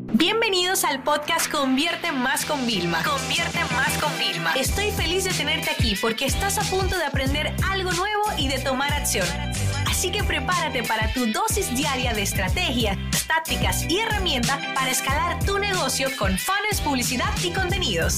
Bienvenidos al podcast Convierte Más con Vilma. Convierte Más con Vilma. Estoy feliz de tenerte aquí porque estás a punto de aprender algo nuevo y de tomar acción. Así que prepárate para tu dosis diaria de estrategias, tácticas y herramientas para escalar tu negocio con funnels, publicidad y contenidos.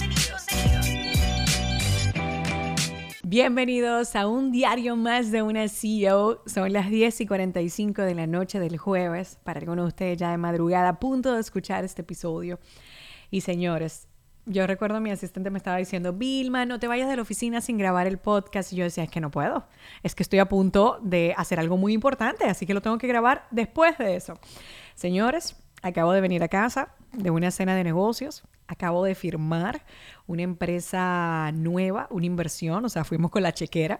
Bienvenidos a un diario más de una CEO. Son las 10:45 de la noche del jueves. Para algunos de ustedes ya de madrugada, a punto de escuchar este episodio. Y señores, yo recuerdo a mi asistente me estaba diciendo, Vilma, no te vayas de la oficina sin grabar el podcast. Y yo decía, es que no puedo. Es que estoy a punto de hacer algo muy importante, así que lo tengo que grabar después de eso. Señores, acabo de venir a casa de una cena de negocios. Acabo de firmar una empresa nueva, una inversión, o sea, fuimos con la chequera.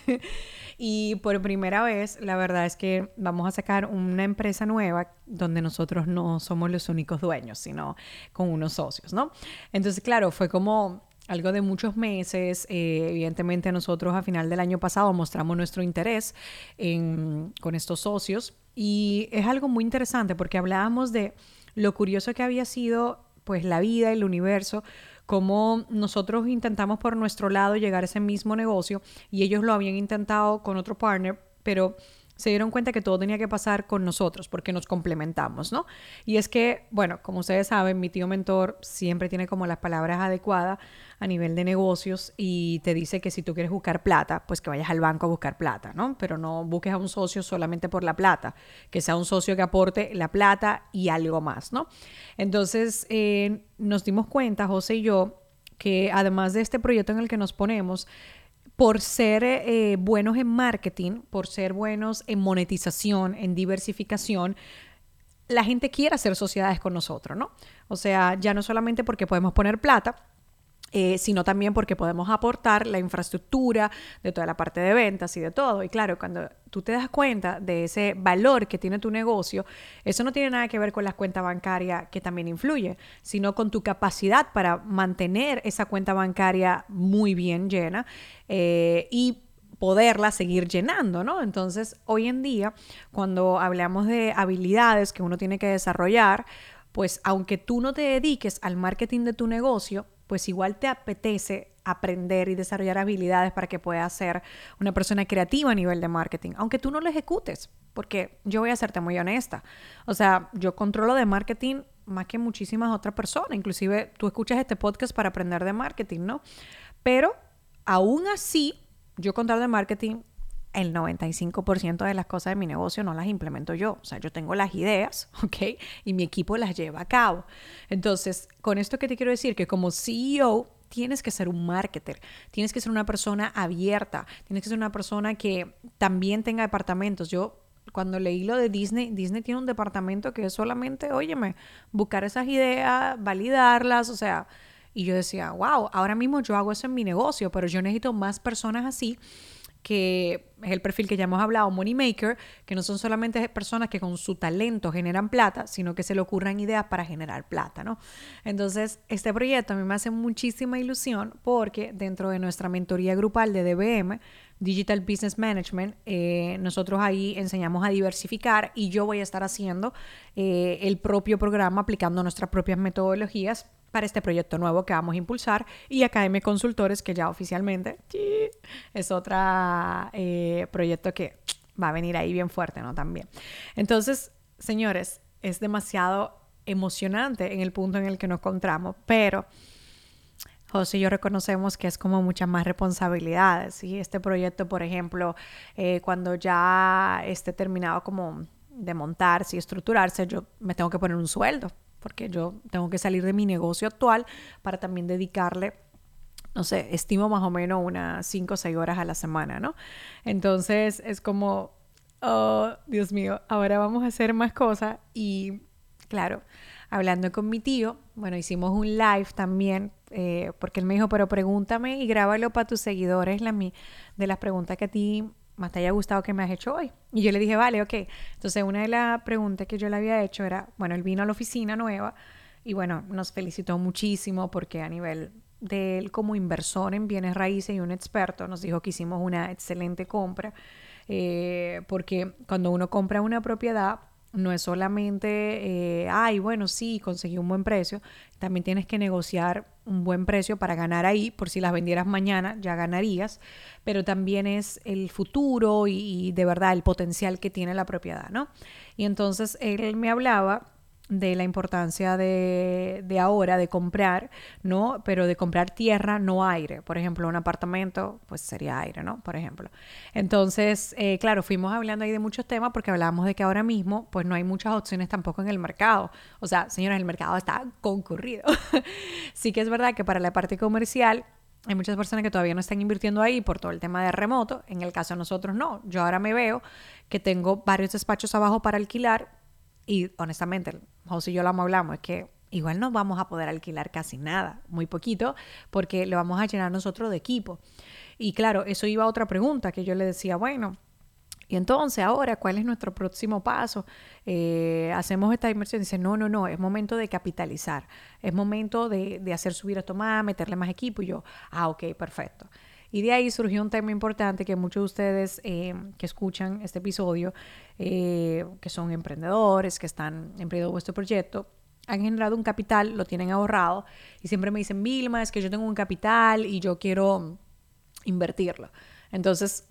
Y por primera vez, la verdad es que vamos a sacar una empresa nueva donde nosotros no somos los únicos dueños, sino con unos socios, ¿no? Entonces, claro, fue como algo de muchos meses. Evidentemente, nosotros a final del año pasado mostramos nuestro interés con estos socios. Y es algo muy interesante porque hablábamos de lo curioso que había sido pues la vida, el universo, cómo nosotros intentamos por nuestro lado llegar a ese mismo negocio y ellos lo habían intentado con otro partner, pero se dieron cuenta que todo tenía que pasar con nosotros porque nos complementamos, ¿no? Y es que, bueno, como ustedes saben, mi tío mentor siempre tiene como las palabras adecuadas a nivel de negocios y te dice que si tú quieres buscar plata, pues que vayas al banco a buscar plata, ¿no? Pero no busques a un socio solamente por la plata, que sea un socio que aporte la plata y algo más, ¿no? Entonces, nos dimos cuenta, José y yo, que además de este proyecto en el que nos ponemos, por ser buenos en marketing, por ser buenos en monetización, en diversificación, la gente quiere hacer sociedades con nosotros, ¿no? O sea, ya no solamente porque podemos poner plata, sino también porque podemos aportar la infraestructura de toda la parte de ventas y de todo. Y claro, cuando tú te das cuenta de ese valor que tiene tu negocio, eso no tiene nada que ver con la cuenta bancaria, que también influye, sino con tu capacidad para mantener esa cuenta bancaria muy bien llena y poderla seguir llenando, ¿no? Entonces, hoy en día, cuando hablamos de habilidades que uno tiene que desarrollar, pues aunque tú no te dediques al marketing de tu negocio, pues igual te apetece aprender y desarrollar habilidades para que puedas ser una persona creativa a nivel de marketing, aunque tú no lo ejecutes, porque yo voy a serte muy honesta. O sea, yo controlo de marketing más que muchísimas otras personas, inclusive tú escuchas este podcast para aprender de marketing, ¿no? Pero aún así, yo controlo de marketing, el 95% de las cosas de mi negocio no las implemento yo. O sea, yo tengo las ideas, ¿ok? Y mi equipo las lleva a cabo. Entonces, con esto que te quiero decir, que como CEO tienes que ser un marketer, tienes que ser una persona abierta, tienes que ser una persona que también tenga departamentos. Yo, cuando leí lo de Disney, Disney tiene un departamento que es solamente, óyeme, buscar esas ideas, validarlas, o sea. Y yo decía, wow, ahora mismo yo hago eso en mi negocio, pero yo necesito más personas así, que es el perfil que ya hemos hablado, Money Maker, que no son solamente personas que con su talento generan plata, sino que se le ocurran ideas para generar plata, ¿no? Entonces, este proyecto a mí me hace muchísima ilusión porque dentro de nuestra mentoría grupal de DBM, Digital Business Management, nosotros ahí enseñamos a diversificar y yo voy a estar haciendo el propio programa aplicando nuestras propias metodologías para este proyecto nuevo que vamos a impulsar, y Academia Consultores, que ya oficialmente es otro proyecto que va a venir ahí bien fuerte, ¿no? También. Entonces, señores, es demasiado emocionante en el punto en el que nos encontramos, pero José y yo reconocemos que es como muchas más responsabilidades, ¿sí? Este proyecto, por ejemplo, cuando ya esté terminado como de montarse y estructurarse, yo me tengo que poner un sueldo, porque yo tengo que salir de mi negocio actual para también dedicarle, no sé, estimo más o menos unas 5 o 6 horas a la semana, ¿no? Entonces es como, oh, Dios mío, ahora vamos a hacer más cosas. Y claro, hablando con mi tío, bueno, hicimos un live también, porque él me dijo, pero pregúntame y grábalo para tus seguidores, de las preguntas que a ti más te haya gustado que me has hecho hoy. Y yo le dije, vale, ok. Entonces, una de las preguntas que yo le había hecho era, bueno, él vino a la oficina nueva y bueno, nos felicitó muchísimo porque a nivel de él como inversor en bienes raíces y un experto, nos dijo que hicimos una excelente compra, porque cuando uno compra una propiedad, no es solamente, ay, bueno, sí, conseguí un buen precio. También tienes que negociar un buen precio para ganar ahí. Por si las vendieras mañana, ya ganarías. Pero también es el futuro y de verdad el potencial que tiene la propiedad, ¿no? Y entonces él me hablaba de la importancia de ahora de comprar, ¿no? Pero de comprar tierra, no aire. Por ejemplo, un apartamento, pues sería aire, ¿no? Por ejemplo. Entonces, claro, fuimos hablando ahí de muchos temas porque hablábamos de que ahora mismo, pues no hay muchas opciones tampoco en el mercado. O sea, señores, el mercado está concurrido. Sí que es verdad que para la parte comercial hay muchas personas que todavía no están invirtiendo ahí por todo el tema de remoto. En el caso de nosotros, no. Yo ahora me veo que tengo varios despachos abajo para alquilar y honestamente, José y yo lo hablamos, es que igual no vamos a poder alquilar casi nada, muy poquito, porque lo vamos a llenar nosotros de equipo. Y claro, eso iba a otra pregunta que yo le decía, bueno, y entonces ahora, ¿cuál es nuestro próximo paso? Hacemos esta inversión. Dice, no, es momento de capitalizar, es momento de hacer subir esto más, meterle más equipo. Y yo, ok, perfecto. Y de ahí surgió un tema importante que muchos de ustedes que escuchan este episodio, que son emprendedores, que están emprendiendo vuestro proyecto, han generado un capital, lo tienen ahorrado y siempre me dicen, Vilma, es que yo tengo un capital y yo quiero invertirlo. Entonces,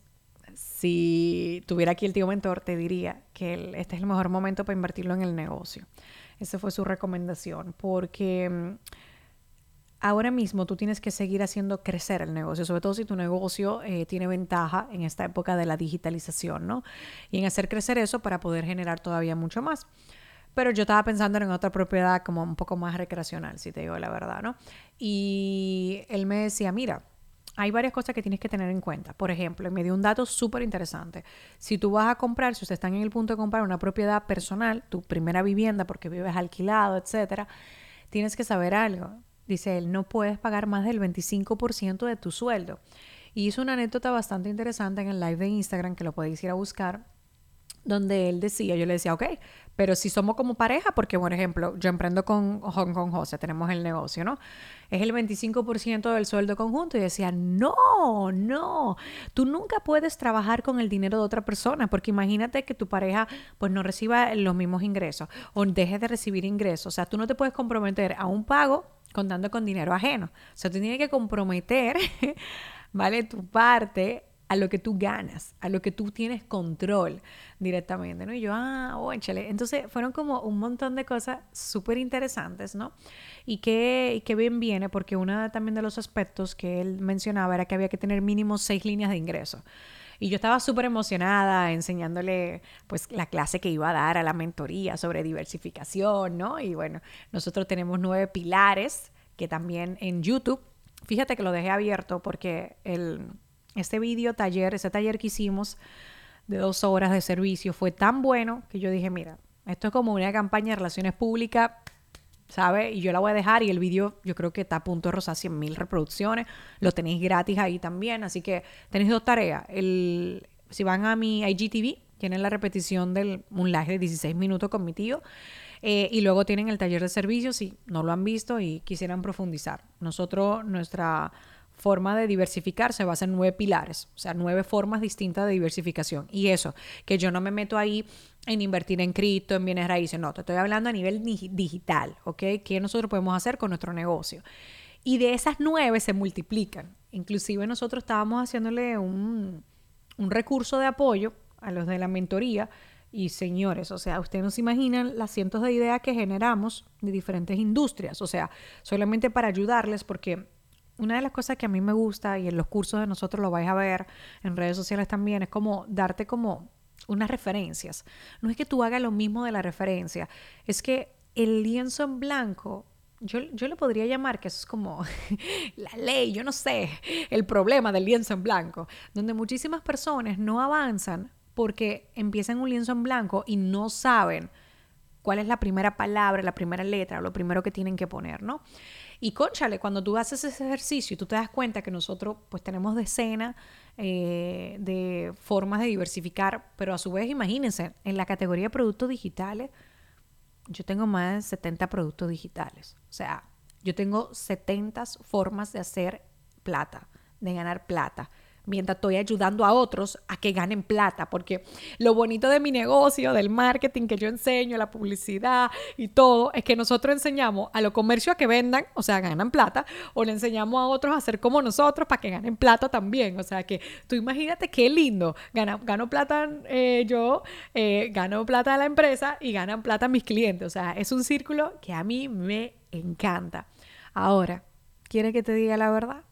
si tuviera aquí el tío mentor, te diría que este es el mejor momento para invertirlo en el negocio. Esa fue su recomendación, porque ahora mismo tú tienes que seguir haciendo crecer el negocio, sobre todo si tu negocio tiene ventaja en esta época de la digitalización, ¿no? Y en hacer crecer eso para poder generar todavía mucho más. Pero yo estaba pensando en otra propiedad como un poco más recreacional, si te digo la verdad, ¿no? Y él me decía, mira, hay varias cosas que tienes que tener en cuenta. Por ejemplo, me dio un dato súper interesante. Si tú vas a comprar, si ustedes están en el punto de comprar una propiedad personal, tu primera vivienda porque vives alquilado, etcétera, tienes que saber algo. Dice él, no puedes pagar más del 25% de tu sueldo. Y hizo una anécdota bastante interesante en el live de Instagram, que lo podéis ir a buscar, donde él decía, yo le decía, ok, pero si somos como pareja, porque por ejemplo, yo emprendo con José, tenemos el negocio, ¿no? Es el 25% del sueldo conjunto y decía, no, tú nunca puedes trabajar con el dinero de otra persona, porque imagínate que tu pareja pues no reciba los mismos ingresos o deje de recibir ingresos, o sea, tú no te puedes comprometer a un pago contando con dinero ajeno, o sea, tú tienes que comprometer, ¿vale? Tu parte a lo que tú ganas, a lo que tú tienes control directamente, ¿no? Y yo, óchale. Entonces fueron como un montón de cosas súper interesantes, ¿no? Y que bien viene, porque uno también de los aspectos que él mencionaba era que había que tener mínimo 6 líneas de ingreso. Y yo estaba súper emocionada enseñándole pues la clase que iba a dar a la mentoría sobre diversificación, ¿no? Y bueno, nosotros tenemos 9 pilares que también en YouTube, fíjate que lo dejé abierto porque ese taller que hicimos de 2 horas de servicio fue tan bueno que yo dije, mira, esto es como una campaña de relaciones públicas, ¿sabes? Y yo la voy a dejar y el vídeo yo creo que está a punto de rozar 100,000 reproducciones. Lo tenéis gratis ahí también, así que tenéis 2 tareas. Si van a mi IGTV, tienen la repetición de un live de 16 minutos con mi tío. Y luego tienen el taller de servicios si no lo han visto y quisieran profundizar. Nuestra forma de diversificar se basa en 9 pilares, o sea, 9 formas distintas de diversificación. Y eso, que yo no me meto ahí en invertir en cripto, en bienes raíces, no, te estoy hablando a nivel digital, ¿ok? ¿Qué nosotros podemos hacer con nuestro negocio? Y de esas 9 se multiplican. Inclusive nosotros estábamos haciéndole un recurso de apoyo a los de la mentoría. Y señores, o sea, ustedes no se imaginan las cientos de ideas que generamos de diferentes industrias, o sea, solamente para ayudarles, porque una de las cosas que a mí me gusta y en los cursos de nosotros lo vais a ver, en redes sociales también, es como darte como unas referencias. No es que tú hagas lo mismo de la referencia, es que el lienzo en blanco, yo le podría llamar que eso es como la ley, yo no sé, el problema del lienzo en blanco, donde muchísimas personas no avanzan porque empiezan un lienzo en blanco y no saben cuál es la primera palabra, la primera letra, lo primero que tienen que poner, ¿no? Y cónchale, cuando tú haces ese ejercicio y tú te das cuenta que nosotros pues tenemos decenas de formas de diversificar, pero a su vez imagínense, en la categoría de productos digitales, yo tengo más de 70 productos digitales. O sea, yo tengo 70 formas de hacer plata, de ganar plata. mientras estoy ayudando a otros a que ganen plata, porque lo bonito de mi negocio, del marketing que yo enseño, la publicidad y todo, es que nosotros enseñamos a los comercios a que vendan, o sea, ganan plata, o le enseñamos a otros a hacer como nosotros para que ganen plata también. O sea, que tú imagínate qué lindo, gano plata yo, gano plata a la empresa y ganan plata mis clientes. O sea, es un círculo que a mí me encanta. Ahora, ¿quieres que te diga la verdad?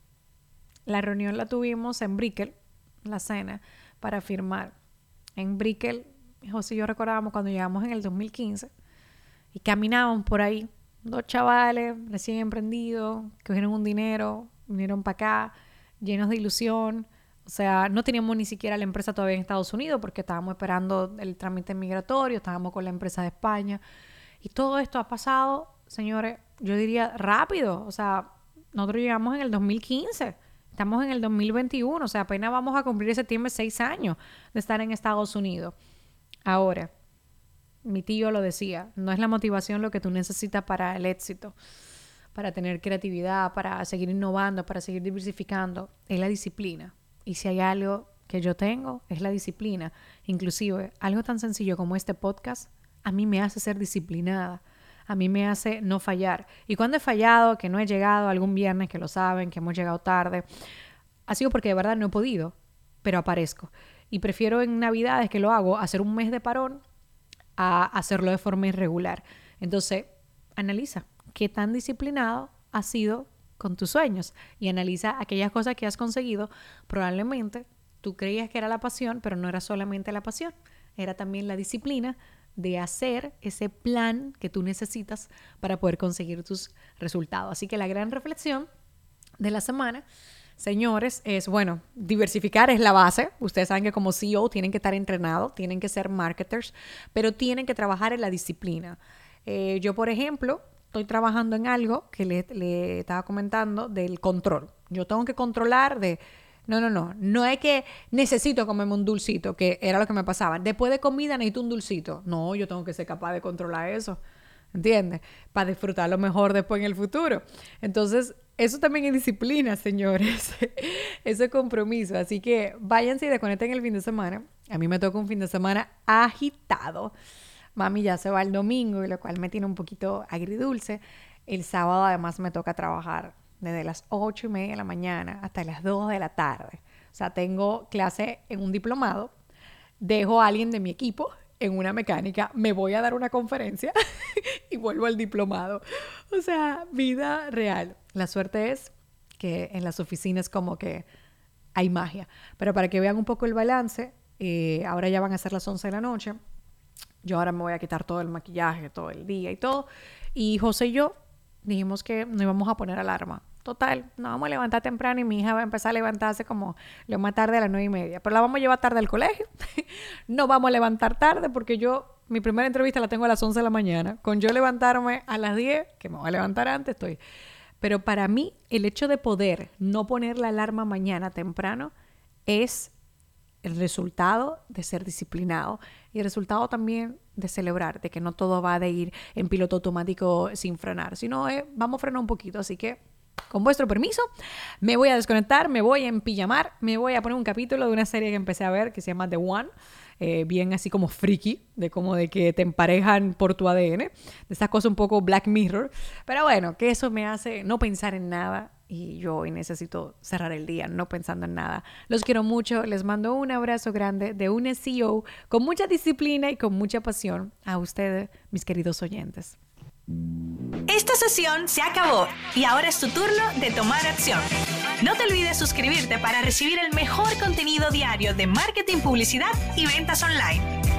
La reunión la tuvimos en Brickell, la cena, para firmar. En Brickell, José y yo recordábamos cuando llegamos en el 2015 y caminábamos por ahí. 2 chavales recién emprendidos, que cogieron un dinero, vinieron para acá, llenos de ilusión. O sea, no teníamos ni siquiera la empresa todavía en Estados Unidos porque estábamos esperando el trámite migratorio, estábamos con la empresa de España. Y todo esto ha pasado, señores, yo diría rápido. O sea, nosotros llegamos en el 2015. Estamos en el 2021, o sea, apenas vamos a cumplir ese tiempo 6 años de estar en Estados Unidos. Ahora, mi tío lo decía, no es la motivación lo que tú necesitas para el éxito, para tener creatividad, para seguir innovando, para seguir diversificando, es la disciplina. Y si hay algo que yo tengo, es la disciplina. Inclusive, algo tan sencillo como este podcast, a mí me hace ser disciplinada. A mí me hace no fallar. Y cuando he fallado, que no he llegado algún viernes, que lo saben, que hemos llegado tarde, ha sido porque de verdad no he podido, pero aparezco. Y prefiero en Navidades, que lo hago, hacer un mes de parón a hacerlo de forma irregular. Entonces, analiza qué tan disciplinado has sido con tus sueños y analiza aquellas cosas que has conseguido. Probablemente tú creías que era la pasión, pero no era solamente la pasión, era también la disciplina de hacer ese plan que tú necesitas para poder conseguir tus resultados. Así que la gran reflexión de la semana, señores, es, bueno, diversificar es la base. Ustedes saben que como CEO tienen que estar entrenados, tienen que ser marketers, pero tienen que trabajar en la disciplina. Yo, por ejemplo, estoy trabajando en algo que le estaba comentando del control. Yo tengo que controlar de... No es que necesito comerme un dulcito, que era lo que me pasaba. Después de comida necesito un dulcito. No, yo tengo que ser capaz de controlar eso, ¿entiendes? Para disfrutarlo mejor después en el futuro. Entonces, eso también es disciplina, señores. Eso es compromiso. Así que váyanse y desconecten el fin de semana. A mí me toca un fin de semana agitado. Mami ya se va el domingo, y lo cual me tiene un poquito agridulce. El sábado además me toca trabajar desde las 8:30 de la mañana hasta las 2 de la tarde. O sea, tengo clase en un diplomado, dejo a alguien de mi equipo en una mecánica, me voy a dar una conferencia y vuelvo al diplomado. O sea, vida real. La suerte es que en las oficinas como que hay magia. Pero para que vean un poco el balance, ahora ya van a ser las 11 de la noche. Yo ahora me voy a quitar todo el maquillaje, todo el día y todo. Y José y yo dijimos que no íbamos a poner alarma. Total, nos vamos a levantar temprano y mi hija va a empezar a levantarse como lo más tarde a las 9:30. Pero la vamos a llevar tarde al colegio. No vamos a levantar tarde porque mi primera entrevista la tengo a las 11 de la mañana. Con yo levantarme a las 10, que me voy a levantar antes, estoy. Pero para mí, el hecho de poder no poner la alarma mañana temprano es el resultado de ser disciplinado y el resultado también de celebrar, de que no todo va de ir en piloto automático sin frenar, sino vamos a frenar un poquito. Así que, con vuestro permiso, me voy a desconectar, me voy a empijamar, me voy a poner un capítulo de una serie que empecé a ver que se llama The One, bien así como freaky, de que te emparejan por tu ADN, de esas cosas un poco Black Mirror, pero bueno, que eso me hace no pensar en nada. Y yo hoy necesito cerrar el día no pensando en nada. Los quiero mucho. Les mando un abrazo grande de una CEO con mucha disciplina y con mucha pasión. A ustedes, mis queridos oyentes. Esta sesión se acabó y ahora es tu turno de tomar acción. No te olvides suscribirte para recibir el mejor contenido diario de marketing, publicidad y ventas online.